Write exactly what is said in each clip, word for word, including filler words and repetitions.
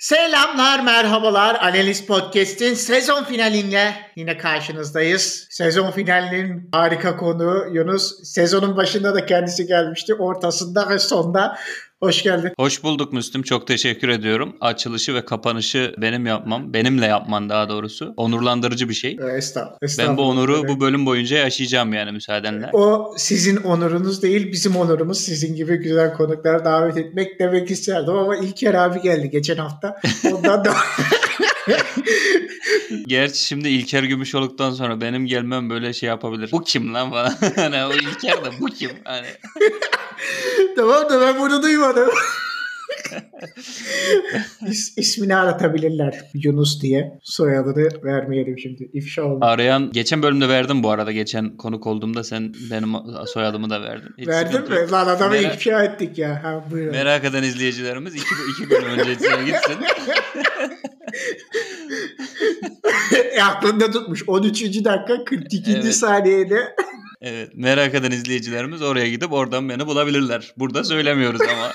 Selamlar, merhabalar. Analiz Podcast'in sezon finalinle yine karşınızdayız. Sezon finalinin harika konuğu Yunus. Sezonun başında da kendisi gelmişti. Ortasında ve sonda. Hoş geldin. Hoş bulduk Müslüm. Çok teşekkür ediyorum. Açılışı ve kapanışı benim yapmam. Benimle yapman daha doğrusu. Onurlandırıcı bir şey. Estağfurullah. Estağfurullah. Ben bu onuru bu bölüm boyunca yaşayacağım yani müsaadenle. O sizin onurunuz değil, bizim onurumuz. Sizin gibi güzel konuklar davet etmek demek isterdim ama İlker abi geldi geçen hafta. Ondan da... Gerçi şimdi İlker Gümüşoluk'tan sonra benim gelmem böyle şey yapabilir. Bu kim lan falan. Hani o İlker de bu kim? Hani. Tamam da ben bunu duymadım. İs, ismini aratabilirler Yunus diye. Soyadını vermeyelim şimdi. İfşa oldu. Arayan geçen bölümde verdim bu arada. Geçen konuk olduğumda sen benim soyadımı da verdin. Hiç verdin mi? yok. Lan adamı Merak... ifşa ettik ya. Ha, buyurun. Merak eden izleyicilerimiz iki, iki bölüm öncesine gitsin. e, aklında tutmuş. on üçüncü dakika kırk ikinci Evet. saniyede. Evet, merak eden izleyicilerimiz oraya gidip oradan beni bulabilirler. Burada söylemiyoruz ama.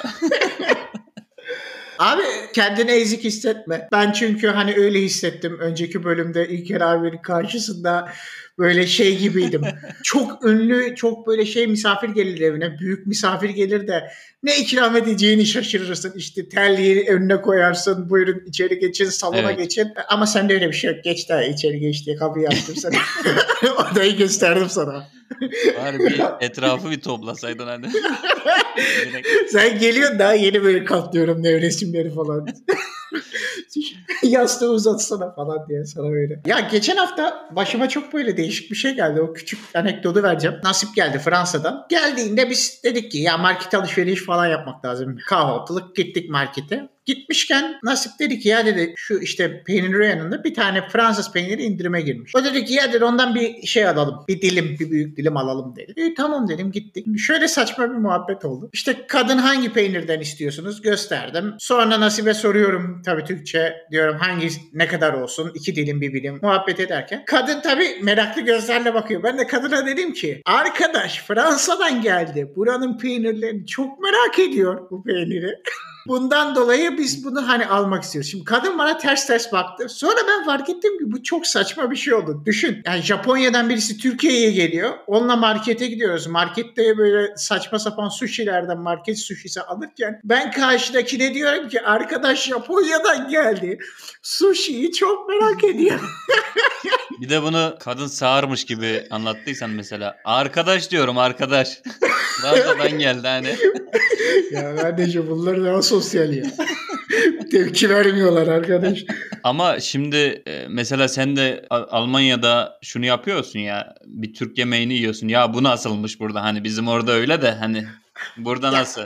Abi kendini ezik hissetme. Ben çünkü hani öyle hissettim. Önceki bölümde İlker abinin karşısında böyle şey gibiydim. Çok ünlü, çok böyle şey misafir gelir evine. Büyük misafir gelir de ne ikram edeceğini şaşırırsın. İşte terliği önüne koyarsın. Buyurun içeri geçin, salona evet. geçin. Ama sende öyle bir şey yok. Geç daha içeri geç diye kapıyı açtım sana. Odayı gösterdim sana. Var bir etrafı bir toplasaydın hani. Sen geliyorsun daha yeni böyle katlıyorum nevresimleri falan. Yastığı uzatsana falan diye sana böyle. Ya geçen hafta başıma çok böyle değişik bir şey geldi. O küçük anekdotu vereceğim. Nasip geldi Fransa'dan. Geldiğinde biz dedik ki ya market alışveriş falan yapmak lazım. Kahvaltılık gittik markete. Gitmişken Nasip dedi ki ya dedi şu işte peynir reyonunda bir tane Fransız peyniri indirime girmiş. O dedi ki ya dedi ondan bir şey alalım. Bir dilim, bir büyük dilim alalım dedi. E, tamam dedim gittik. Şöyle saçma bir muhabbet oldu. İşte kadın hangi peynirden istiyorsunuz? Gösterdim. Sonra Nasip'e soruyorum tabii Türkçe. Diyorum hangi ne kadar olsun? İki dilim bir dilim muhabbet ederken. Kadın tabii meraklı gözlerle bakıyor. Ben de kadına dedim ki arkadaş Fransa'dan geldi. Buranın peynirlerini çok merak ediyor bu peyniri. Bundan dolayı biz bunu hani almak istiyoruz. Şimdi kadın bana ters ters baktı. Sonra ben fark ettim ki bu çok saçma bir şey oldu. Düşün. Yani Japonya'dan birisi Türkiye'ye geliyor. Onunla markete gidiyoruz. Markette böyle saçma sapan sushi'lerden market sushisi alırken ben karşıdakine diyorum ki arkadaş Japonya'dan geldi. Sushi'yi çok merak ediyor. Bir de bunu kadın sağırmış gibi anlattıysan mesela. Arkadaş diyorum arkadaş. Fransa'dan geldi hani. Ya kardeşim bunlar daha sosyal ya. Tepki vermiyorlar arkadaş. Ama şimdi mesela sen de Almanya'da şunu yapıyorsun ya. Bir Türk yemeğini yiyorsun. Ya bu nasılmış burada hani bizim orada öyle de hani burada nasıl?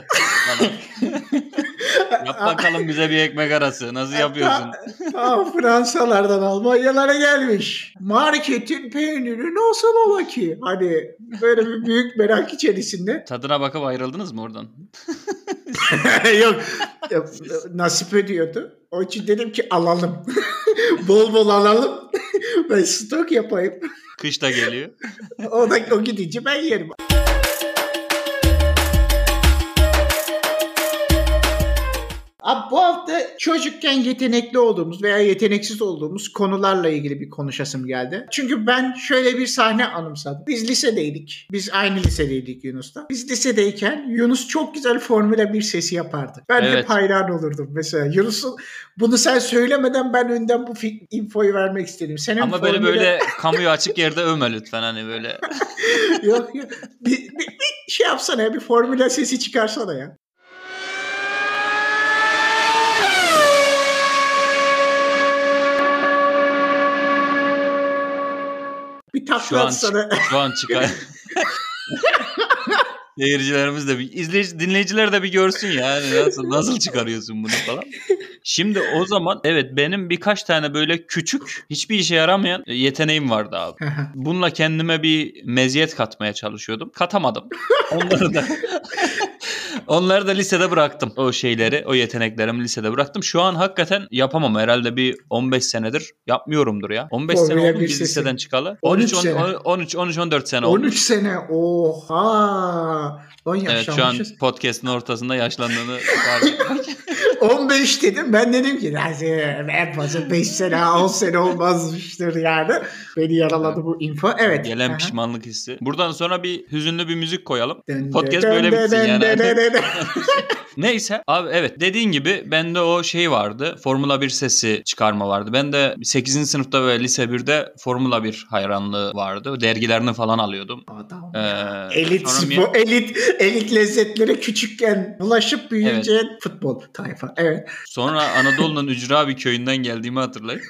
Yap bakalım bize bir ekmek arası. Nasıl yapıyorsun? Tamam Fransalardan Almanyalara gelmiş. Marketin peyniri nasıl ola ki? Hani böyle bir büyük merak içerisinde. Tadına bakıp ayrıldınız mı oradan? Yok. Nasip ediyordu. O için dedim ki alalım. Bol bol alalım. Ben stok yapayım. Kış da geliyor. o da o gidince ben yerim. Abi bu hafta çocukken yetenekli olduğumuz veya yeteneksiz olduğumuz konularla ilgili bir konuşasım geldi. Çünkü ben şöyle bir sahne anımsadım. Biz lisedeydik. Biz aynı lisedeydik Yunus'ta. Biz lisedeyken Yunus çok güzel Formula bir sesi yapardı. Ben evet. hep hayran olurdum. Mesela Yunus'un bunu sen söylemeden ben önden bu infoyu vermek istedim. Senin Ama Formula... böyle böyle kamuya açık yerde övme lütfen hani böyle. yok yok. Bir, bir, bir şey yapsana ya bir Formula sesi çıkarsana ya. Bir tatlı şu an, sana. Şu an çıkar. Seyircilerimiz de bir izleyici, dinleyiciler de bir görsün yani nasıl nasıl çıkarıyorsun bunu falan. Şimdi o zaman evet benim birkaç tane böyle küçük hiçbir işe yaramayan yeteneğim vardı abi. Bununla kendime bir meziyet katmaya çalışıyordum. Katamadım. Onları da Onları da lisede bıraktım. O şeyleri, o yeteneklerimi lisede bıraktım. Şu an hakikaten yapamam. Herhalde bir on beş senedir yapmıyorumdur ya. on beş sene oldu biz liseden çıkalı. on üç on üç on dört sene oldu. on üç sene. Oha. Evet şu an podcast'ın ortasında yaşlandığını fark etmek. on beş dedim. Ben dedim ki en fazla beş sene on sene olmazmıştır yani. Beni yaraladı bu info. Evet. Gelen Aha. pişmanlık hissi. Buradan sonra bir hüzünlü bir müzik koyalım. Dön, Podcast dön, böyle dön, bitsin dön, yani. dön, dön, dön. Neyse abi, evet, dediğin gibi bende o şey vardı. Formula bir sesi çıkarma vardı. Ben de sekizinci sınıfta ve lise birde Formula bir hayranlığı vardı. Dergilerini falan alıyordum. Adam Ee, ya. Elit sonra mi- spor, elit, elit lezzetlere küçükken bulaşıp büyüyünce Evet. futbol tayfa. Evet. Sonra Anadolu'nun ücra bir köyünden geldiğimi hatırlayıp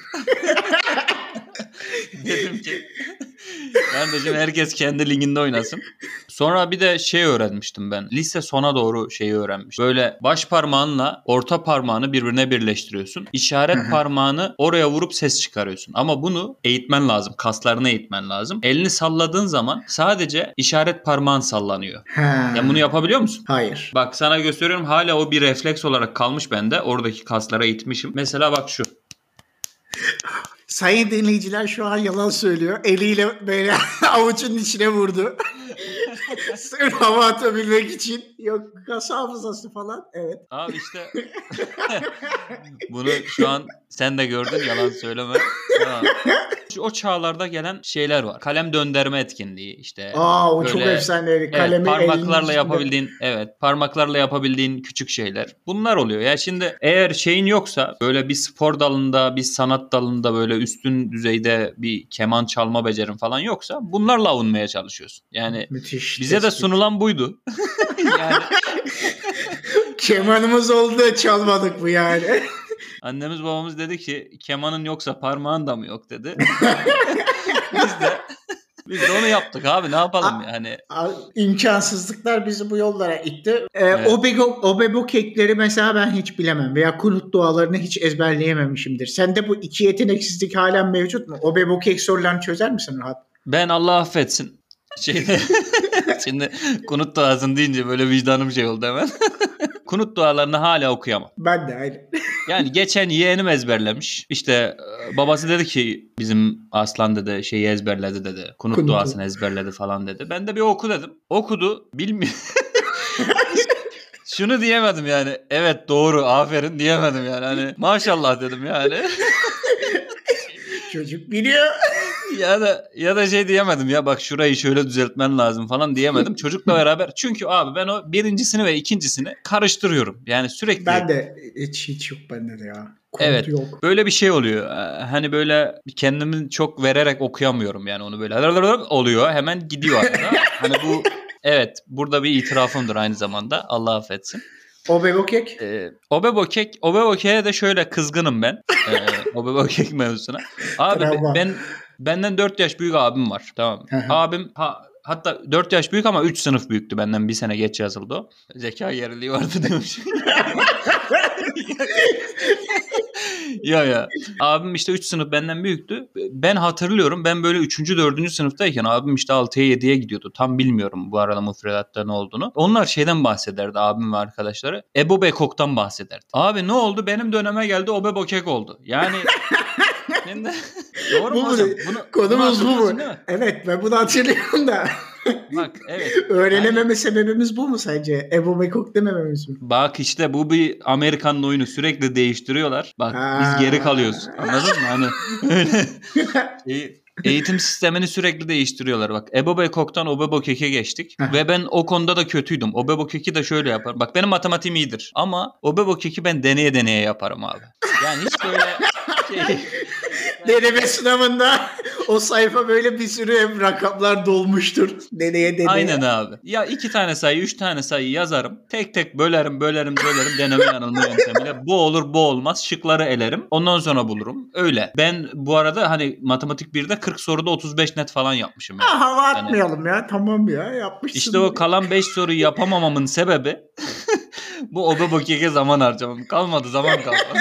dedim ki kardeşim herkes kendi liginde oynasın. Sonra bir de şey öğrenmiştim ben. Lise sona doğru şeyi öğrenmiştim. Böyle baş parmağınla orta parmağını birbirine birleştiriyorsun. İşaret parmağını oraya vurup ses çıkarıyorsun. Ama bunu eğitmen lazım. Kaslarını eğitmen lazım. Elini salladığın zaman sadece işaret parmağın sallanıyor. Ha. Ya bunu yapabiliyor musun? Hayır. Bak sana gösteriyorum, hala o bir refleks olarak kalmış bende. Oradaki kaslara eğitmişim. Mesela bak şu. Sayın dinleyiciler şu an yalan söylüyor. Eliyle böyle avucunun içine vurdu. Sırf hava atabilmek için. Yok kas hafızası falan. Evet. Abi işte bunu şu an sen de gördün, yalan söyleme. Ha. Şu, o çağlarda gelen şeyler var. Kalem döndürme etkinliği işte. Aa o böyle, çok efsaneli. Kalemi evet, parmaklarla elinin yapabildiğin, evet, parmaklarla yapabildiğin küçük şeyler. Bunlar oluyor. Ya şimdi eğer şeyin yoksa, böyle bir spor dalında, bir sanat dalında böyle üstün düzeyde bir keman çalma becerin falan yoksa bunlarla avunmaya çalışıyorsun. Yani müthiş. bize de tespit. sunulan buydu. Yani kemanımız oldu, çalmadık bu yani. annemiz babamız dedi ki kemanın yoksa parmağın da mı yok dedi. Biz de biz de onu yaptık abi, ne yapalım A- yani. A- İmkansızlıklar bizi bu yollara itti. Ee, Evet. Obego, Obebo kekleri mesela ben hiç bilemem veya kunut dualarını hiç ezberleyememişimdir. Sende bu iki yeteneksizlik halen mevcut mu? Obebo kek sorularını çözer misin rahat? Ben Allah affetsin. Şeyde şimdi kunut duasını deyince böyle vicdanım şey oldu hemen. Kunut dualarını hala okuyamam. Ben de aynı. Yani geçen yeğenim ezberlemiş. İşte e, babası dedi ki bizim Aslan dedi şeyi ezberledi dedi. Kunut Kunutu. duasını ezberledi falan dedi. Ben de bir oku dedim. Okudu. Bilmiyorum. Şunu diyemedim yani. Evet doğru, aferin diyemedim yani. Hani maşallah dedim yani. Çocuk biliyor. ya da ya da şey diyemedim ya, bak şurayı şöyle düzeltmen lazım falan diyemedim. Çocukla beraber, çünkü abi ben o birincisini ve ikincisini karıştırıyorum. Yani sürekli. Ben de hiç, hiç yok bende de ya. Kunut Evet. yok. Böyle bir şey oluyor. Ee, Hani böyle kendimi çok vererek okuyamıyorum yani, onu böyle oluyor. Hemen gidiyor arada. Hani bu, evet, burada bir itirafımdır aynı zamanda. Allah affetsin. Obebo kek. Ee, Obebo kek, Obebo kek'e de şöyle kızgınım ben. Ee, Obebo kek mevzusuna. Abi Bravo. ben benden dört yaş büyük abim var. Tamam. Hı hı. Abim ha, hatta dört yaş büyük ama üç sınıf büyüktü benden. Bir sene geç yazıldı o. Zeka geriliği vardı demiş. ya ya. Abim işte üç sınıf benden büyüktü. Ben hatırlıyorum, ben böyle üçüncü dördüncü sınıftayken abim işte altıya yediye gidiyordu. Tam bilmiyorum bu arada müfredatta ne olduğunu. Onlar şeyden bahsederdi, abim ve arkadaşları. Ebo Bekok'tan bahsederdi. Abi ne oldu? Benim döneme geldi, Obebo kek oldu. Yani şimdi doğru Bu mu mu? hocam? Bunu, Konumuz bunu bu mu? hatırlıyorsun değil mi? Evet ben bunu hatırlıyorum da. Bak evet. Öğrenememe Yani, sebebimiz bu mu sence? Ebo Bekok demememiz mi? bak işte bu bir Amerikan'ın oyunu, sürekli değiştiriyorlar. Bak Aa. biz geri kalıyoruz. Anladın mı? Hani öyle şey, eğitim sistemini sürekli değiştiriyorlar. Bak Ebo Bekok'tan Obebo kek'e geçtik. Ve ben o konuda da kötüydüm. Obebo kek'i de şöyle yaparım. Bak benim matematiğim iyidir. Ama Obebo kek'i ben deneye deneye yaparım abi. Yani hiç böyle şey... Deneme sınavında o sayfa böyle bir sürü hep rakamlar dolmuştur. Deneye deneye. Aynen abi. Ya iki tane sayı, üç tane sayı yazarım. Tek tek bölerim, bölerim, bölerim. Deneme yanılma yöntemiyle. Bu olur, bu olmaz. Şıkları elerim. Ondan sonra bulurum. Öyle. Ben bu arada hani matematik birde kırk soruda otuz beş net falan yapmışım. Yani. Ha, hava Yani atmayalım ya. Tamam ya yapmışsın. İşte o kalan beş soruyu yapamamamın sebebi bu Obebo kek'e zaman harcamam. Kalmadı, zaman kalmadı.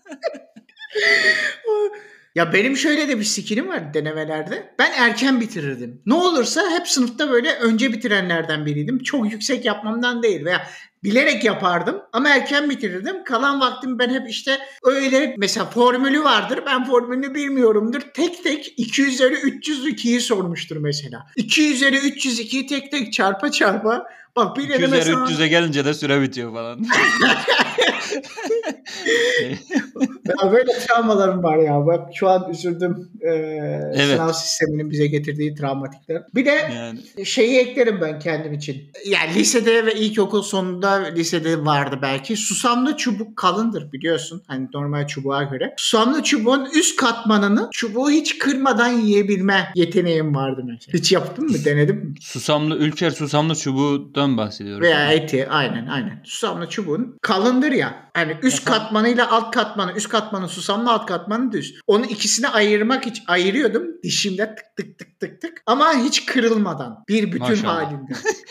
Ya benim şöyle de bir skillim var denemelerde. Ben erken bitirirdim. Ne olursa hep sınıfta böyle önce bitirenlerden biriydim. Çok yüksek yapmamdan değil veya bilerek yapardım ama erken bitirirdim. Kalan vaktim ben hep işte öyle, mesela formülü vardır. Ben formülünü bilmiyorumdur. Tek tek iki üzeri üç yüz ikiyi sormuştur mesela. iki üzeri üç yüz ikiyi tek tek çarpa çarpa. Bak bir iki de üzeri mesela... üç yüze gelince de süre bitiyor falan. Ya böyle travmalarım var ya. Bak şu an üzüldüm. Ee, Evet. Sınav sisteminin bize getirdiği travmatikler. Bir de Yani. şeyi eklerim ben kendim için. Yani lisede ve ilkokul sonunda lisede vardı belki. Susamlı çubuk kalındır biliyorsun. Hani normal çubuğa göre. Susamlı çubuğun üst katmanını çubuğu hiç kırmadan yiyebilme yeteneğim vardı mesela. Hiç yaptın mı? Denedin mi? Susamlı, Ülker susamlı çubuğundan bahsediyoruz. Veya eti aynen aynen. Susamlı çubuğun kalındır ya. Hani üst katmanıyla alt katmanı, üst katmanı susamlı, alt katmanı düz. Onu ikisini ayırmak için ayırıyordum. Dişimde tık tık tık tık tık. Ama hiç kırılmadan. Bir bütün Maşallah. halinde.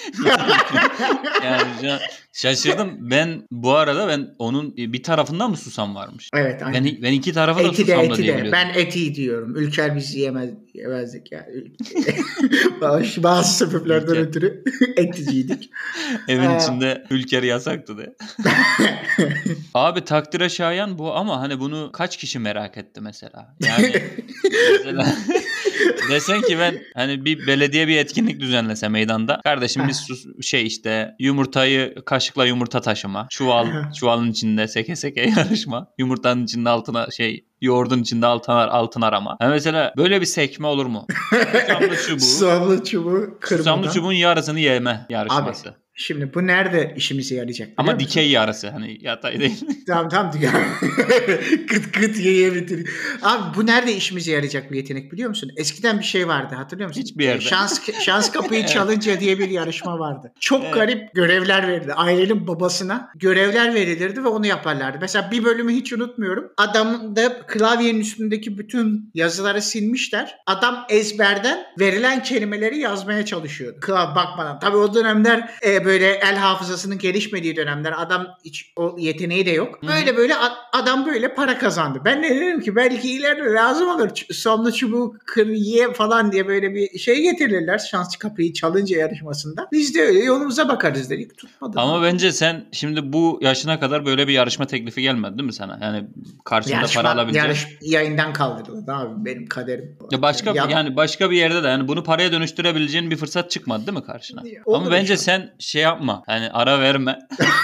Yani şaşırdım. Ben bu arada ben onun bir tarafından mı susam varmış? Evet aynen. Ben, ben iki tarafı da eti de susamlı eti diye de. biliyordum. Ben eti diyorum. Ülker biz yiyemez, yemezdik yani. Bazı sebeplerden Ülker. ötürü eticiydik. Evin Aa. içinde Ülker yasaktı de. Abi takdire şayan bu ama hani bunu kaç kişi merak etti mesela? Yani mesela desen ki ben hani bir belediye bir etkinlik düzenlese meydanda. Kardeşim biz sus, şey işte yumurtayı kaşıkla yumurta taşıma. Çuval çuvalın içinde seke seke yarışma. Yumurtanın içinde altına şey yoğurdun içinde altın, altın arama. Yani mesela böyle bir sekme olur mu? Susamlı çubuğu. Susamlı çubuğu kırmadan. Susamlı çubuğun yarısını yeme yarışması. Abi şimdi bu nerede işimize yarayacak? Ama dikey yarısı hani yatay değil. Tamam tamam. Kıt kıt yeye bitir. Abi bu nerede işimize yarayacak bir yetenek biliyor musun? Eskiden bir şey vardı hatırlıyor musun? Hiçbir yerde. Şans, şans kapıyı Evet. çalınca diye bir yarışma vardı. Çok Evet. garip görevler verildi. Ailenin babasına görevler verilirdi ve onu yaparlardı. Mesela bir bölümü hiç unutmuyorum. Adam da klavyenin üstündeki bütün yazıları silmişler. Adam ezberden verilen kelimeleri yazmaya çalışıyordu. Klav bakmadan. Tabii o dönemler e, böyle el hafızasının gelişmediği dönemler. Adam hiç o yeteneği de yok. Böyle Hı-hı. böyle a- adam böyle para kazandı. Ben de dedim ki belki ileride lazım olur. Somlu çubuğu kır ye falan diye böyle bir şey getirirler. Şanslı kapıyı çalınca yarışmasında. Biz de öyle yolumuza bakarız dedik. Tutmadı. Ama abi. bence sen şimdi bu yaşına kadar böyle bir yarışma teklifi gelmedi değil mi sana? Yani karşında Yarışma, para alabileceğin. yarış yayından kaldırıldı abi benim kaderim. Ya başka yani, yani başka bir yerde de yani bunu paraya dönüştürebileceğin bir fırsat çıkmadı değil mi karşına? Olur Ama bence işte. sen şey yapma. Yani ara verme.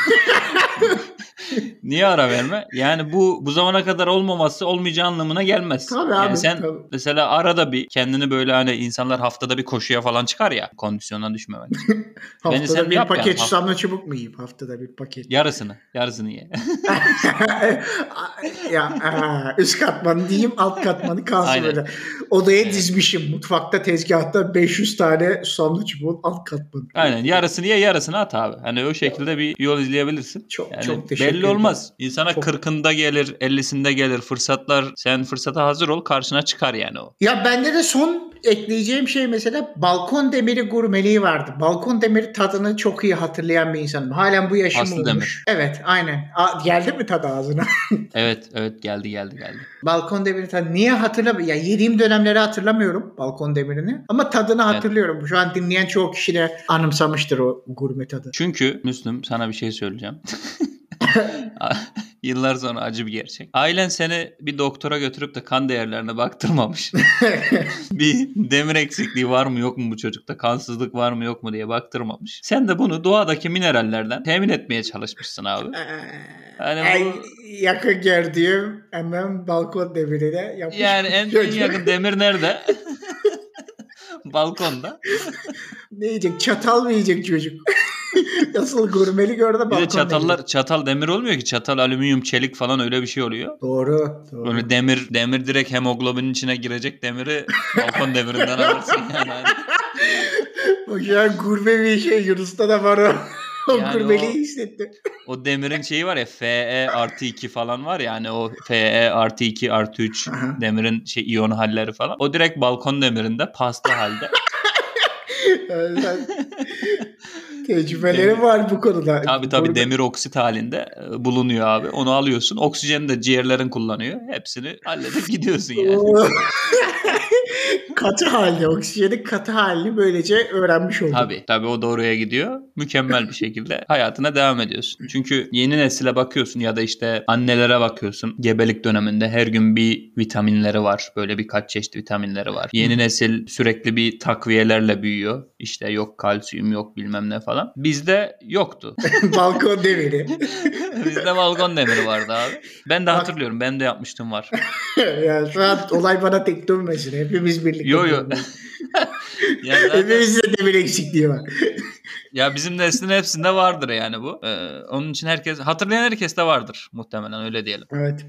Niye ara verme? Yani bu bu zamana kadar olmaması olmayacağı anlamına gelmez. Tabii yani abi, sen tabii. mesela arada bir kendini böyle hani insanlar haftada bir koşuya falan çıkar ya kondisyondan düşmemek için. Haftada sen bir yap paket yani. susamlı çubuk mu yiyeyim? Haftada bir paket. Yarısını. Yarısını ye. ya aa, üst katmanı diyeyim, alt katmanı kalsın Aynen. böyle. Odaya Evet. dizmişim. Mutfakta tezgahta beş yüz tane susamlı çubuğun alt katmanı. Aynen yarısını ye yarısını at abi. Hani o şekilde bir yol izleyebilirsin. Çok yani çok teşekkür belli ederim. olmaz. İnsana Çok... kırkında gelir, ellisinde gelir fırsatlar. Sen fırsata hazır ol, karşına çıkar yani o. Ya bende de son ekleyeceğim şey mesela balkon demiri gurmeliği vardı. Balkon demiri tadını çok iyi hatırlayan bir insanım. Halen bu yaşım Aslı olmuş. demir. Evet, aynen. A, geldi mi tadı ağzına? evet, evet geldi geldi geldi. Balkon demiri tadı. Niye hatırlamıyorum? Ya yediğim dönemleri hatırlamıyorum balkon demirini. Ama tadını Evet. hatırlıyorum. Şu an dinleyen çoğu kişi de anımsamıştır o gurme tadı. Çünkü Müslüm sana bir şey söyleyeceğim. Yıllar sonra acı bir gerçek. Ailen seni bir doktora götürüp de kan değerlerine baktırmamış. bir demir eksikliği var mı yok mu bu çocukta? Kansızlık var mı yok mu diye baktırmamış. Sen de bunu doğadaki minerallerden temin etmeye çalışmışsın abi. Yani en bu... yakın gördüğüm hemen balkon demirine yapmış. Yani en, en yakın demir nerede? Balkonda. Ne yiyecek? Çatal mı yiyecek çocuk? Asıl gurmelik orada balkon. Bir de çatallar demiri. Çatal demir olmuyor ki. Çatal alüminyum, çelik falan öyle bir şey oluyor. Doğru. doğru. Öyle demir demir direkt hemoglobinin içine girecek demiri balkon demirinden alırsın yani. Bak ya gurme bir şey Yunus'ta da var o. O yani gurmeliği o, hissetti. O demirin şeyi var ya Fe artı iki falan var ya hani o Fe artı iki artı üç demirin şey iyon halleri falan. O direkt balkon demirinde paslı halde. Tecrübelerim demir. var bu konuda. Tabii tabii Burada... demir oksit halinde bulunuyor abi. Onu alıyorsun. Oksijeni de ciğerlerin kullanıyor. Hepsini halledip gidiyorsun yani. Katı halde, oksijenin katı halini böylece öğrenmiş olduk. Tabii tabii o doğruya gidiyor. Mükemmel bir şekilde hayatına devam ediyorsun. Çünkü yeni nesile bakıyorsun ya da işte annelere bakıyorsun. Gebelik döneminde her gün bir vitaminleri var. Böyle birkaç çeşit vitaminleri var. Yeni nesil sürekli bir takviyelerle büyüyor. İşte yok kalsiyum yok bilmem ne falan. Bizde yoktu. Balkon demiri. Bizde balkon demiri vardı abi. Ben de hatırlıyorum. Ben de yapmıştım var. Ya şu an olay bana tek dönmesin. Hepimiz birlikte. Yo yo. Yani zaten... Hepimizde demir eksikliği var. Ya bizim neslin hepsinde vardır yani bu. Ee, onun için herkes, hatırlayan herkes de vardır muhtemelen, öyle diyelim. Evet.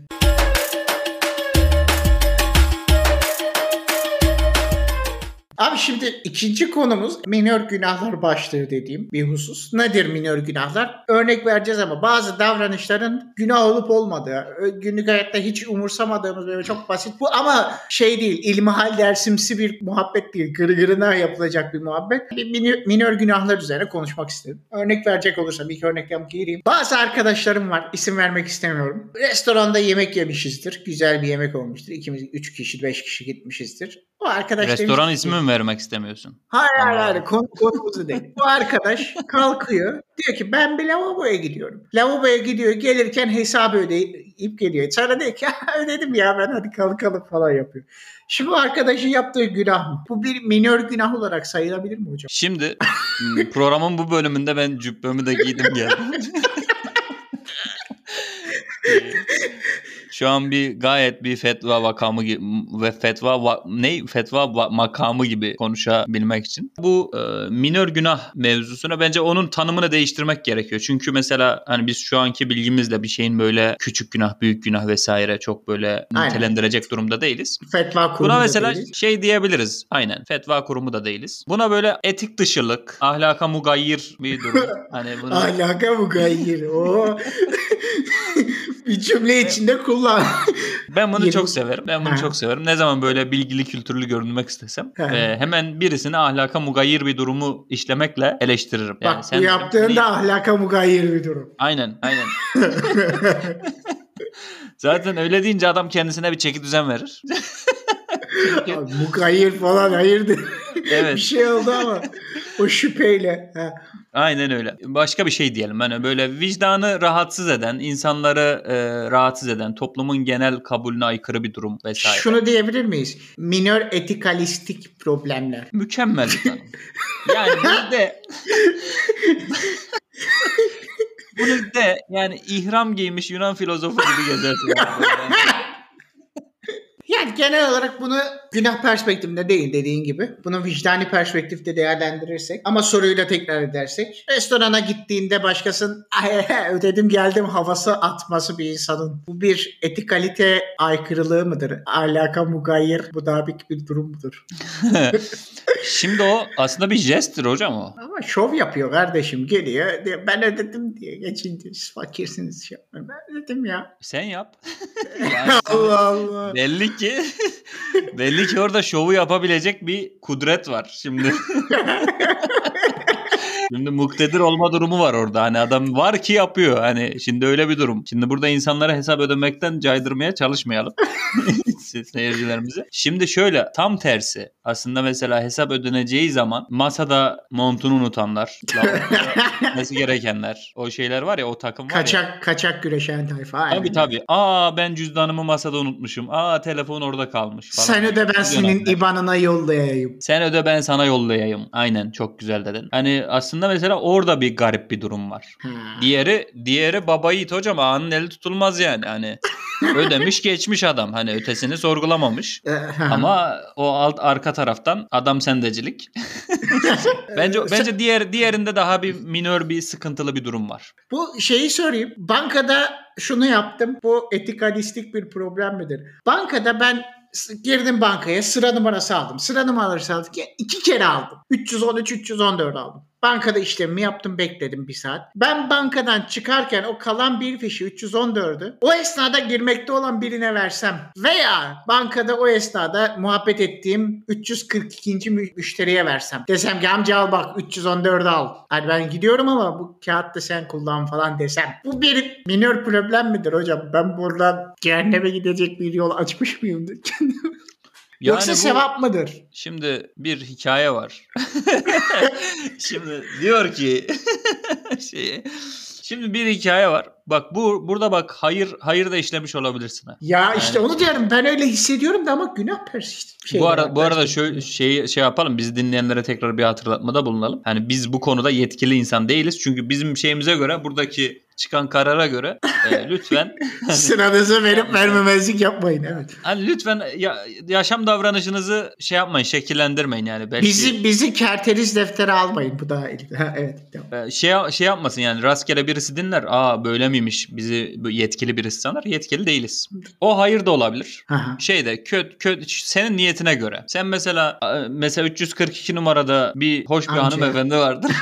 Abi şimdi ikinci konumuz minör günahlar başlığı dediğim bir husus. Nedir minör günahlar? Örnek vereceğiz ama bazı davranışların günah olup olmadığı, günlük hayatta hiç umursamadığımız böyle çok basit bu ama şey değil, ilmihal dersimsi bir muhabbet değil, gırgırına yapılacak bir muhabbet. Bir minör, minör günahlar üzerine konuşmak istedim. Örnek verecek olursam ilk örnekten gireyim. Bazı arkadaşlarım var, isim vermek istemiyorum. Restoranda yemek yemişizdir, güzel bir yemek olmuştur. İkimiz üç kişi, beş kişi gitmişizdir. O arkadaş restoran demiş, ismi mi vermek istemiyorsun? Hayır hayır hayır. Konu, konumuzu değil. Bu arkadaş kalkıyor. Diyor ki ben bir lavaboya gidiyorum. Lavaboya gidiyor. Gelirken hesabı ödeyip geliyor. Sonra diyor ki ödedim ya ben hadi kalkalım falan yapıyor. Şimdi bu arkadaşın yaptığı günah mı? Bu bir minör günah olarak sayılabilir mi hocam? Şimdi programın bu bölümünde ben cübbemi de giydim geldim. Şu an bir gayet bir fetva vakamı gibi ve fetva va, ne fetva va, makamı gibi konuşabilmek için bu e, minör günah mevzusuna bence onun tanımını değiştirmek gerekiyor. Çünkü mesela hani biz şu anki bilgimizle bir şeyin böyle küçük günah, büyük günah vesaire çok böyle nitelendirecek durumda değiliz. Fetva kurumu Buna mesela değiliz. Şey diyebiliriz. Aynen. Fetva kurumu da değiliz. Buna böyle etik dışılık, ahlaka mugayyir bir durum. Hani bunu... Ahlaka mugayyir. O bir cümle içinde kullan. Ben bunu Yeni... çok severim. Ben bunu ha. çok severim. Ne zaman böyle bilgili, kültürlü görünmek istesem e, hemen birisini ahlaka mugayyir bir durumu işlemekle eleştiririm. Yani bak sen bu yaptığında hani... ahlaka mugayyir bir durum. Aynen, aynen. Zaten öyle deyince adam kendisine bir çeki düzen verir. Abi, mugayyir falan hayırdır. Evet. Bir şey oldu ama o şüpheyle. Ha. Aynen öyle. Başka bir şey diyelim. Hani böyle vicdanı rahatsız eden, insanları e, rahatsız eden, toplumun genel kabulüne aykırı bir durum vesaire. Şunu diyebilir miyiz? Minör etikalistik problemler. Mükemmel bir tanım. Yani bunu de bunu de yani ihram giymiş Yunan filozofu gibi gezersin. Yani genel olarak bunu günah perspektifinde değil dediğin gibi. Bunu vicdani perspektifte değerlendirirsek ama soruyu da tekrar edersek. Restorana gittiğinde başkasının ödedim geldim havası atması bir insanın. Bu bir etikalite aykırılığı mıdır? Ahlaka mugayyir mudabik bir durum mudur? Şimdi o aslında bir jesttir hocam o. Ama şov yapıyor kardeşim, geliyor. Diyor, ben ödedim diye geçince siz fakirsiniz. Şey yapmayın. Ben ödedim ya. Sen yap. Yani Allah Allah. Belli ki belli ki orada şovu yapabilecek bir kudret var şimdi. Şimdi muktedir olma durumu var orada. Hani adam var ki yapıyor. Hani şimdi öyle bir durum. Şimdi burada insanlara hesap ödemekten caydırmaya çalışmayalım. Seyircilerimize. Şimdi şöyle tam tersi. Aslında mesela hesap ödeneceği zaman masada montunu unutanlar, nasıl gerekenler, o şeyler var ya, o takım var kaçak, ya. Kaçak güreşen tayfa. Aynen. Tabii tabii. Aa ben cüzdanımı masada unutmuşum. Aa telefon orada kalmış falan. Sen öde ben senin I B A N'ına yollayayım. Sen öde ben sana yollayayım. Aynen, çok güzel dedin. Hani aslında mesela orada bir garip bir durum var. Hmm. Diğeri diğeri baba yiğit hocam, ağanın eli tutulmaz yani. Hani ödemiş geçmiş adam. Hani ötesini sorgulamamış. Ama o alt arka taraftan adam sendecilik. bence bence diğer diğerinde daha bir minör bir sıkıntılı bir durum var. Bu şeyi sorayım. Bankada şunu yaptım. Bu etikalistik bir problem midir? Bankada ben girdim bankaya, sıra numarası aldım. Sıra numarası aldık ya, iki kere aldım. üç yüz on üç üç yüz on dört aldım. Bankada işlemimi yaptım, bekledim bir saat. Ben bankadan çıkarken o kalan bir fişi üç yüz on dördü o esnada girmekte olan birine versem veya bankada o esnada muhabbet ettiğim üç yüz kırk ikinci müşteriye versem. Desem ki amca al bak üç yüz on dördü al. Hadi ben gidiyorum ama bu kağıtta sen kullan falan desem. Bu bir minör problem midir hocam? Ben buradan cehenneme gidecek bir yol açmış mıyımdır? Yoksa bu, sevap mıdır? Şimdi bir hikaye var. Şimdi diyor ki şey, şimdi bir hikaye var. Bak bu burada bak hayır hayır da işlemiş olabilirsin ha. Ya Yani, işte onu diyorum, ben öyle hissediyorum da ama günah persist bir şey. Bu ara bu arada şöyle şey şey yapalım. Bizi dinleyenlere tekrar bir hatırlatmada bulunalım. Hani biz bu konuda yetkili insan değiliz. Çünkü bizim şeyimize göre, buradaki çıkan karara göre e, lütfen sıranızı verip vermemezlik yapmayın, evet. Hani lütfen ya, yaşam davranışınızı şey yapmayın, şekillendirmeyin yani. Belki, bizi bizi kerteriz deftere almayın, bu da evet. Tamam. E, şey şey yapmasın yani, rastgele birisi dinler. Aa böyle miymiş? Bizi yetkili birisi sanır. Yetkili değiliz. O hayır da olabilir. Aha. Şey de kötü kötü senin niyetine göre. Sen mesela mesela üç yüz kırk iki numarada bir hoş bir Amca. hanımefendi vardır.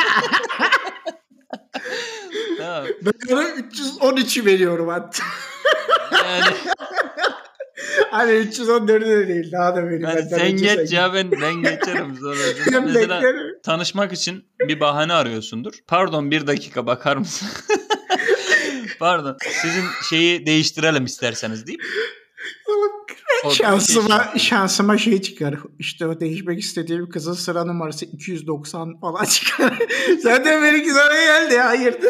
Tamam. Ben ona üç yüz on üçü veriyorum hatta. Yani hani üç yüz on dördü de değil, daha da veririm. yani sen geç ya, ben ben geçerim sonra. Mesela tanışmak için bir bahane arıyorsundur. Pardon bir dakika bakar mısın? Pardon sizin şeyi değiştirelim isterseniz deyip. Şansıma şey şansıma şey çıkar. İşte o değişmek istediğim kızın sıra numarası iki yüz doksan falan çıkar. Zaten benimki sana geldi ya, hayırdır?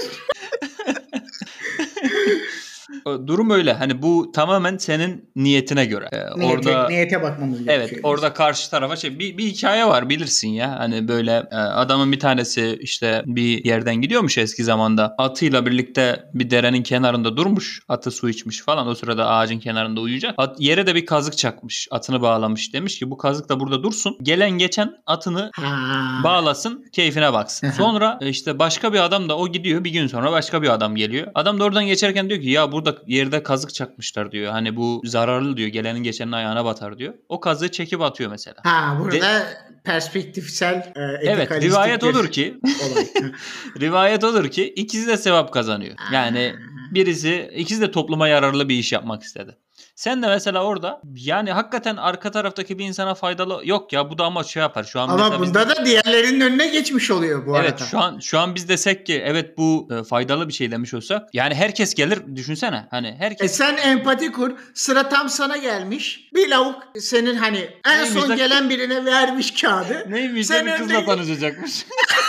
Durum öyle. Hani bu tamamen senin niyetine göre. Ee, niyete, orada niyete bakmamız gerekiyor. Evet, orada karşı tarafa şey bir, bir hikaye var bilirsin ya. Hani böyle e, adamın bir tanesi işte bir yerden gidiyormuş eski zamanda. Atıyla birlikte bir derenin kenarında durmuş. Atı su içmiş falan. O sırada ağacın kenarında uyuyacak. At, yere de bir kazık çakmış. Atını bağlamış. Demiş ki bu kazık da burada dursun. Gelen geçen atını ha. bağlasın, keyfine baksın. Sonra işte başka bir adam da o gidiyor. Bir gün sonra başka bir adam geliyor. Adam da oradan geçerken diyor ki ya burada yerde kazık çakmışlar diyor. Hani bu zararlı diyor. Gelenin geçenin ayağına batar diyor. O kazığı çekip atıyor mesela. Ha burada De- perspektifsel e, evet, rivayet olur ki rivayet olur ki ikisi de sevap kazanıyor. Yani birisi ikisi de topluma yararlı bir iş yapmak istedi. Sen de mesela orada yani hakikaten arka taraftaki bir insana faydalı yok ya bu da ama şey yapar şu an. Ama bunda de, da diğerlerinin önüne geçmiş oluyor bu evet, arada. Evet şu an şu an biz desek ki evet bu e, faydalı bir şey demiş olsak yani herkes gelir düşünsene hani herkes. E sen empati kur, sıra tam sana gelmiş bir lavuk senin hani en Neymiş son de... gelen birine vermiş kağıdı. Neymiş de bir kızla önde... tanışacakmış.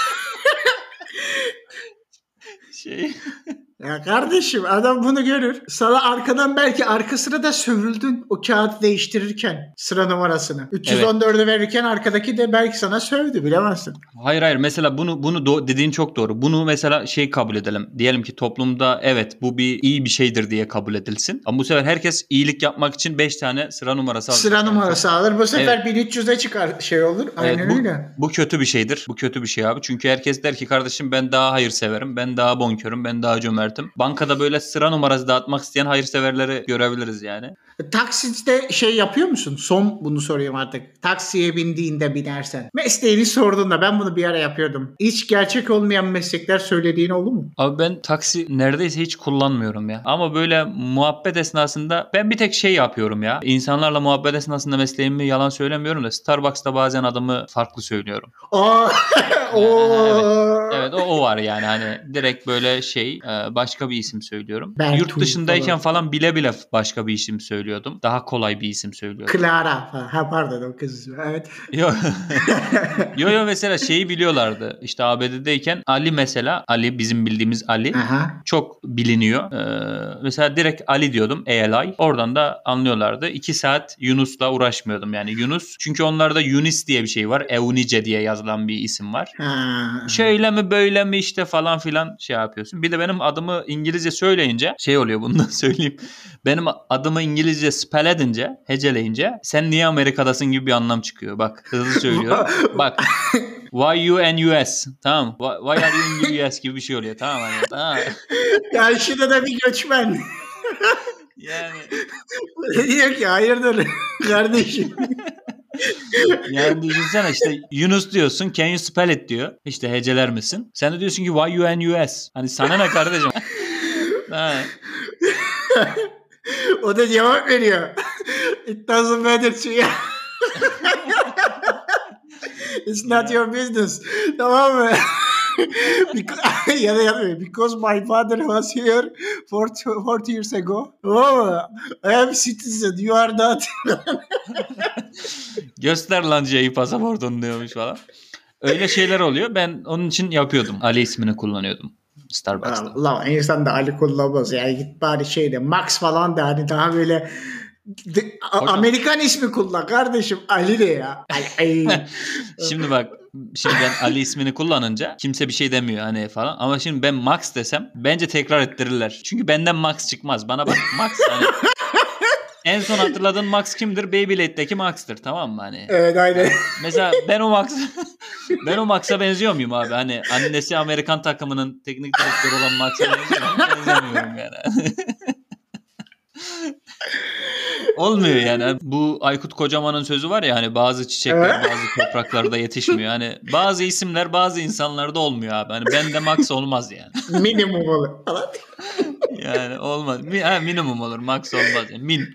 şey... Ya kardeşim adam bunu görür. Sana arkadan belki arka sırada sövüldün o kağıt değiştirirken sıra numarasını. üç yüz on dördü evet. verirken arkadaki de belki sana sövdü bilemezsin. Hayır hayır mesela bunu bunu do- dediğin çok doğru. Bunu mesela şey kabul edelim. Diyelim ki toplumda evet bu bir iyi bir şeydir diye kabul edilsin. Ama bu sefer herkes iyilik yapmak için beş tane sıra numarası alır. Sıra numarası alır. Bu sefer evet. bin üç yüze çıkar şey olur. Aynen evet, bu, öyle. Bu kötü bir şeydir. Bu kötü bir şey abi. Çünkü herkes der ki kardeşim ben daha hayırseverim. Ben daha bonkörüm. Ben daha cömertim. Bankada böyle sıra numarası dağıtmak isteyen hayırseverleri görebiliriz yani. Taksitte şey yapıyor musun? Son bunu sorayım artık. Taksiye bindiğinde binersen. Mesleğini sorduğunda ben bunu bir ara yapıyordum. Hiç gerçek olmayan meslekler söylediğin oldu mu? Abi ben taksi neredeyse hiç kullanmıyorum ya. Ama böyle muhabbet esnasında ben bir tek şey yapıyorum ya. İnsanlarla muhabbet esnasında mesleğimi yalan söylemiyorum da Starbucks'ta bazen adımı farklı söylüyorum. Aa, evet, evet o, o var yani hani direkt böyle şey başka bir isim söylüyorum. Ben Yurt dışındayken falan. falan bile bile başka bir isim söylüyordum. Daha kolay bir isim söylüyordum. Clara falan. Ha pardon o kız. Evet. Yo. yo yo mesela şeyi biliyorlardı. İşte A B D'deyken Ali mesela Ali bizim bildiğimiz Ali Aha. çok biliniyor. Ee, mesela direkt Ali diyordum. E'lay. Oradan da anlıyorlardı. İki saat Yunus'la uğraşmıyordum yani. Yunus çünkü onlarda Yunis diye bir şey var. Eunice diye yazılan bir isim var. Ha. Şöyle mi böyle mi işte falan filan şey yapıyorsun. Bir de benim adımı İngilizce söyleyince şey oluyor bundan söyleyeyim. Benim adımı İngilizce spell edince, heceleyince sen niye Amerika'dasın gibi bir anlam çıkıyor. Bak hızlı söylüyorum. Bak why you and U S tamam. Why are you in U S gibi bir şey oluyor tamam hani. Tamam. Karşıda da bir göçmen. Yani. Diyor ki hayırdır kardeşim. Yani düşünsene işte Yunus diyorsun can you spell it diyor. İşte heceler misin? Sen de diyorsun ki why you and U S. Hani sana ne kardeşim? O da cevap veriyor. It doesn't matter to you. It's not your business. Tamam mı? ya da ya because my father was here forty years ago. Oh, I am citizen. You are not. Göster lan C'yi pasaportunu diyormuş falan. Öyle şeyler oluyor. Ben onun için yapıyordum. Ali ismini kullanıyordum Starbucks'ta. Allah, insan da Ali kullanmaz. Yani git bari şeyde Max falan da hani daha böyle de, Amerikan ismi kullan kardeşim. Ali de ya. Ay, ay. Şimdi bak, şimdi ben Ali ismini kullanınca kimse bir şey demiyor hani falan. Ama şimdi ben Max desem bence tekrar ettirirler. Çünkü benden Max çıkmaz. Bana bak Max hani en son hatırladığın Max kimdir? Beyblade'deki Max'tır, tamam mı hani? Evet, aynen. Yani mesela ben o Max ben o Max'a benziyor muyum abi? Hani annesi Amerikan takımının teknik direktörü olan Max'a benziyor muyum? Benzemiyorum yani. Olmuyor yani. Bu Aykut Kocaman'ın sözü var ya hani bazı çiçekler bazı topraklarda yetişmiyor. Hani bazı isimler bazı insanlarda olmuyor abi. Hani bende Max olmaz yani. Minimum olur falan. Yani olmaz. Ha, minimum olur. Max olmaz. Yani. Min.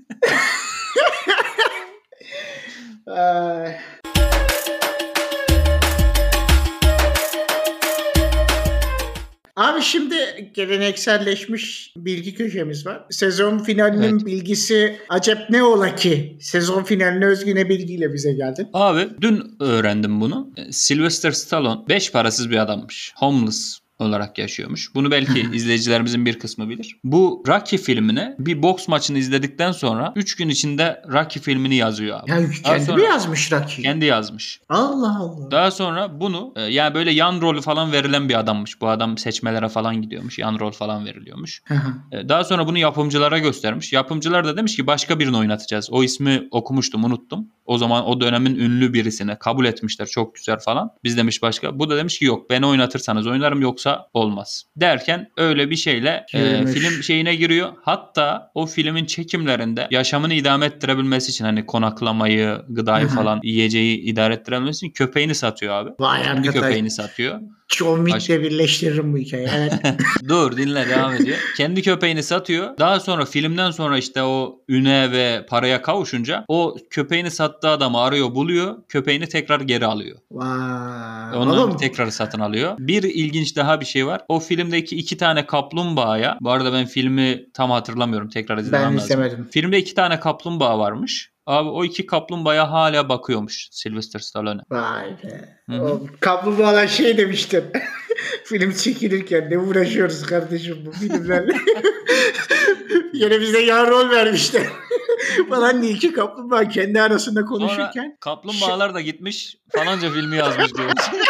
Abi şimdi gelenekselleşmiş bilgi köşemiz var. Sezon finalinin evet. bilgisi acep ne ola ki? Sezon finaline özgü ne bilgiyle bize geldin? Abi dün öğrendim bunu. Sylvester Stallone beş parasız bir adammış. Homeless olarak yaşıyormuş. Bunu belki izleyicilerimizin bir kısmı bilir. Bu Rocky filmine bir boks maçını izledikten sonra üç gün içinde Rocky filmini yazıyor abi. Ya kendi mi yazmış Rocky? Kendi yazmış. Allah Allah. Daha sonra bunu yani böyle yan rolü falan verilen bir adammış. Bu adam seçmelere falan gidiyormuş. Yan rol falan veriliyormuş. Daha sonra bunu yapımcılara göstermiş. Yapımcılar da demiş ki başka birini oynatacağız. O ismi okumuştum, unuttum. O zaman o dönemin ünlü birisine kabul etmişler. Çok güzel falan. Biz demiş başka. Bu da demiş ki yok, beni oynatırsanız oynarım, yoksa olmaz. Derken öyle bir şeyle e, film şeyine giriyor. Hatta o filmin çekimlerinde yaşamını idame ettirebilmesi için hani konaklamayı, gıdayı falan, yiyeceği idare ettirebilmesi için köpeğini satıyor abi. Vay Kendi köpeğini satıyor. John Wick'le birleştiririm bu hikayeyi. Evet. Dur dinle, devam ediyor. Kendi köpeğini satıyor. Daha sonra filmden sonra işte o üne ve paraya kavuşunca o köpeğini sattığı adamı arıyor, buluyor. Köpeğini tekrar geri alıyor. Vay. Onları tekrar satın alıyor. Bir ilginç daha bir şey var. O filmdeki iki tane kaplumbağaya, bu arada ben filmi tam hatırlamıyorum, tekrar izlemem lazım. Ben izlemedim. Filmde iki tane kaplumbağa varmış. Abi o iki kaplumbağaya hala bakıyormuş Sylvester Stallone. Vay be. O kaplumbağalar şey demiştir. Film çekilirken ne uğraşıyoruz kardeşim bu filmlerle. Yine bize yan rol vermişler. Falan diye iki kaplumbağa kendi arasında konuşurken. Sonra kaplumbağalar da gitmiş falanca filmi yazmış diyor.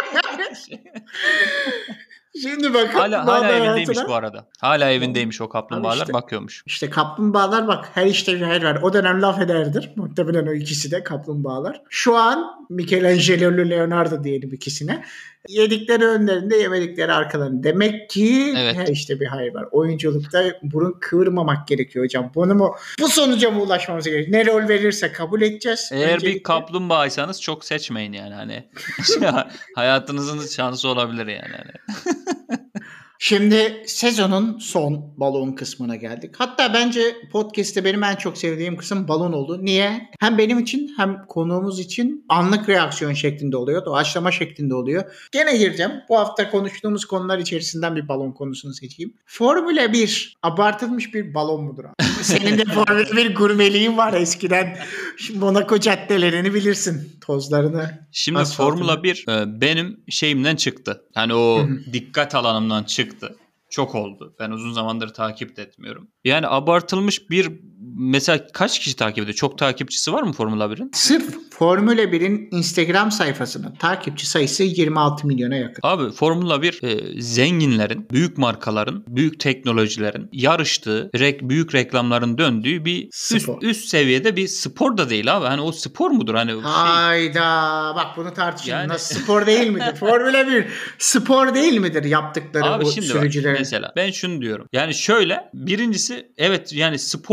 Şimdi bak hala, hala evindeymiş hayatına. Bu arada. Hala evindeymiş o kaplumbağalar, işte, bakıyormuş. İşte kaplumbağalar bak, her işte bir hayır var. O dönem laf ederdir. Muhtemelen o ikisi de kaplumbağalar. Şu an Michelangelo, Leonardo diyelim ikisine. Yedikleri önlerinde, yemedikleri arkalarında. Demek ki evet. Her işte bir hayır var. Oyunculukta burun kıvırmamak gerekiyor hocam. Bunu mu, bu sonuca mı ulaşmamız gerekiyor? Ne rol verirse kabul edeceğiz. Eğer öncelikle bir kaplumbağaysanız çok seçmeyin yani hani. Hayatınızın şansı olabilir yani. Hani. Şimdi sezonun son balon kısmına geldik. Hatta bence podcast'te benim en çok sevdiğim kısım balon oldu. Niye? Hem benim için hem konuğumuz için anlık reaksiyon şeklinde oluyor. Doğaçlama şeklinde oluyor. Gene gireceğim. Bu hafta konuştuğumuz konular içerisinden bir balon konusunu seçeyim. Formula bir abartılmış bir balon mudur abi? Senin de Formula bir gurmeliğin var eskiden. Şimdi Monaco caddelerini bilirsin. Tozlarını. Şimdi Formula bir benim şeyimden çıktı. Yani o Hı-hı. dikkat alanımdan çıktı. Çok oldu. Ben uzun zamandır takip de etmiyorum. Yani abartılmış bir, mesela kaç kişi takip ediyor? Çok takipçisi var mı Formula birin? Sırf Formula birin Instagram sayfasının takipçi sayısı yirmi altı milyona yakın. Abi Formula bir e, zenginlerin, büyük markaların, büyük teknolojilerin yarıştığı, rek, büyük reklamların döndüğü bir üst, üst seviyede bir spor da değil abi. Hani o spor mudur? Hani hayda şey... bak bunu tartışalım. Yani... Nasıl spor değil midir? Formula bir spor değil midir yaptıkları abi bu şimdi sürücülerin? Bak, mesela ben şunu diyorum. Yani şöyle, birincisi evet yani spor mudur?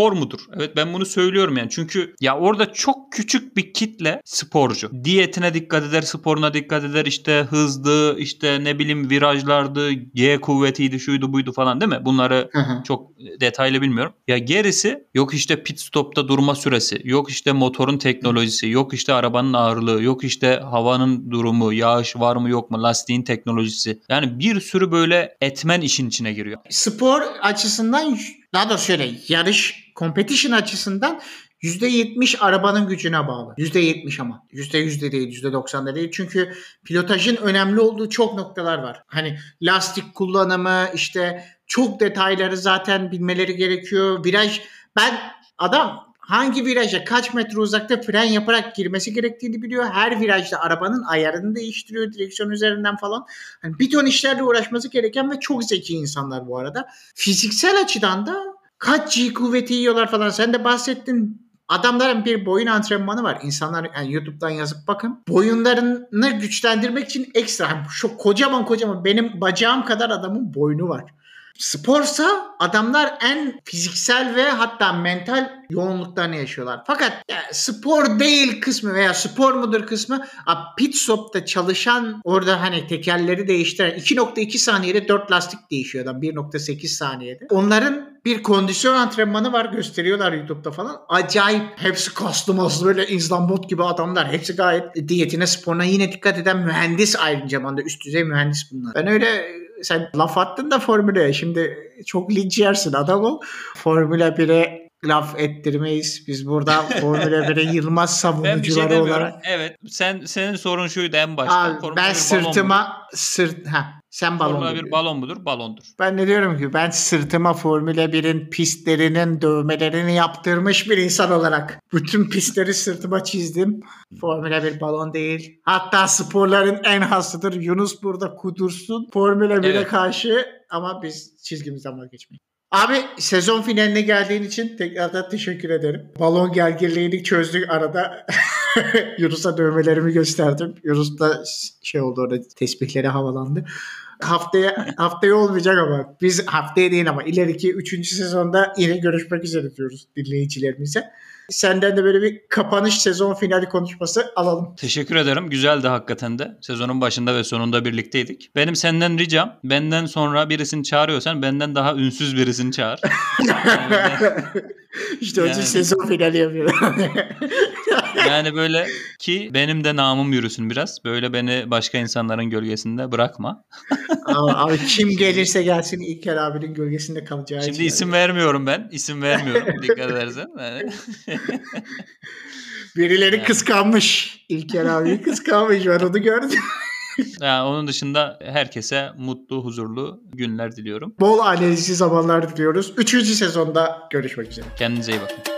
Evet, ben bunu söylüyorum yani. Çünkü ya orada çok küçük bir kitle sporcu. Diyetine dikkat eder, sporuna dikkat eder. İşte hızlı, işte ne bileyim virajlardı, G kuvvetiydi, şuydu buydu falan, değil mi? Bunları çok detaylı bilmiyorum. Ya gerisi yok işte pit stopta durma süresi, yok işte motorun teknolojisi, yok işte arabanın ağırlığı, yok işte havanın durumu, yağış var mı yok mu, lastiğin teknolojisi. Yani bir sürü böyle etmen işin içine giriyor. Spor açısından, daha da şöyle yarış competition açısından yüzde yetmiş arabanın gücüne bağlı. yüzde yetmiş ama. yüzde yüz de değil, yüzde doksan da değil. Çünkü pilotajın önemli olduğu çok noktalar var. Hani lastik kullanımı, işte çok detayları zaten bilmeleri gerekiyor. Viraj, ben adam hangi viraja kaç metre uzakta fren yaparak girmesi gerektiğini biliyor. Her virajda arabanın ayarını değiştiriyor direksiyon üzerinden falan. Yani bir ton işlerle uğraşması gereken ve çok zeki insanlar bu arada. Fiziksel açıdan da kaç G kuvveti yiyorlar falan. Sen de bahsettin. Adamların bir boyun antrenmanı var. İnsanlar yani YouTube'dan yazıp bakın. Boyunlarını güçlendirmek için ekstra. Yani şu kocaman kocaman benim bacağım kadar adamın boynu var. Sporsa adamlar en fiziksel ve hatta mental yoğunluklarını yaşıyorlar. Fakat yani spor değil kısmı veya spor mudur kısmı, pit stop'ta çalışan, orada hani tekerleri değiştiren iki nokta iki saniyede dört lastik değişiyor adam, bir nokta sekiz saniyede. Onların bir kondisyon antrenmanı var, gösteriyorlar YouTube'da falan. Acayip, hepsi kaslı maslı böyle İzlambot gibi adamlar. Hepsi gayet diyetine, sporuna yine dikkat eden mühendis, aynı zamanda üst düzey mühendis bunlar. Ben öyle, sen laf attın da Formüla'ya, şimdi çok linç yersin adam ol. Formula bire laf ettirmeyiz. Biz burada Formula bire Yılmaz savunucuları şey olarak. Evet, sen senin sorun şuydu en başta. Abi, Formula ben bir sırtıma sırt ha sen balon Formula bir diyorsun. balon mudur? Balondur. Ben de diyorum ki ben sırtıma Formula birin pistlerinin dövmelerini yaptırmış bir insan olarak bütün pistleri sırtıma çizdim. Formula bir balon değil. Hatta sporların en hasıdır. Yunus burada kudursun Formula bire Evet. karşı, ama biz çizgimizden vazgeçmeyiz. Abi, sezon finaline geldiğin için tekrardan teşekkür ederim. Balon gerginliğini çözdük arada. Yunus'a dövmelerimi gösterdim. Yunus da şey oldu, orada tesbihleri havalandı. Haftaya haftaya olmayacak ama biz haftaya değil ama ileriki üçüncü sezonda yine görüşmek üzere diyoruz dinleyicilerimize. Senden de böyle bir kapanış sezon finali konuşması alalım. Teşekkür ederim. Güzeldi hakikaten de. Sezonun başında ve sonunda birlikteydik. Benim senden ricam, benden sonra birisini çağırıyorsan benden daha ünsüz birisini çağır. İşte yani, o yüzden sezon finali yapıyorum. Yani böyle ki benim de namım yürüsün biraz. Böyle beni başka insanların gölgesinde bırakma. Abi, abi kim gelirse gelsin İlker abinin gölgesinde kalacağı için. Şimdi isim yani vermiyorum ben. İsim vermiyorum. Dikkat edersen. Yani. Birileri yani kıskanmış. İlker abiyi kıskanmış. Ben onu gördüm. Yani onun dışında herkese mutlu, huzurlu günler diliyorum. Bol ailesi zamanlar diliyoruz. Üçüncü sezonda görüşmek üzere. Kendinize iyi bakın.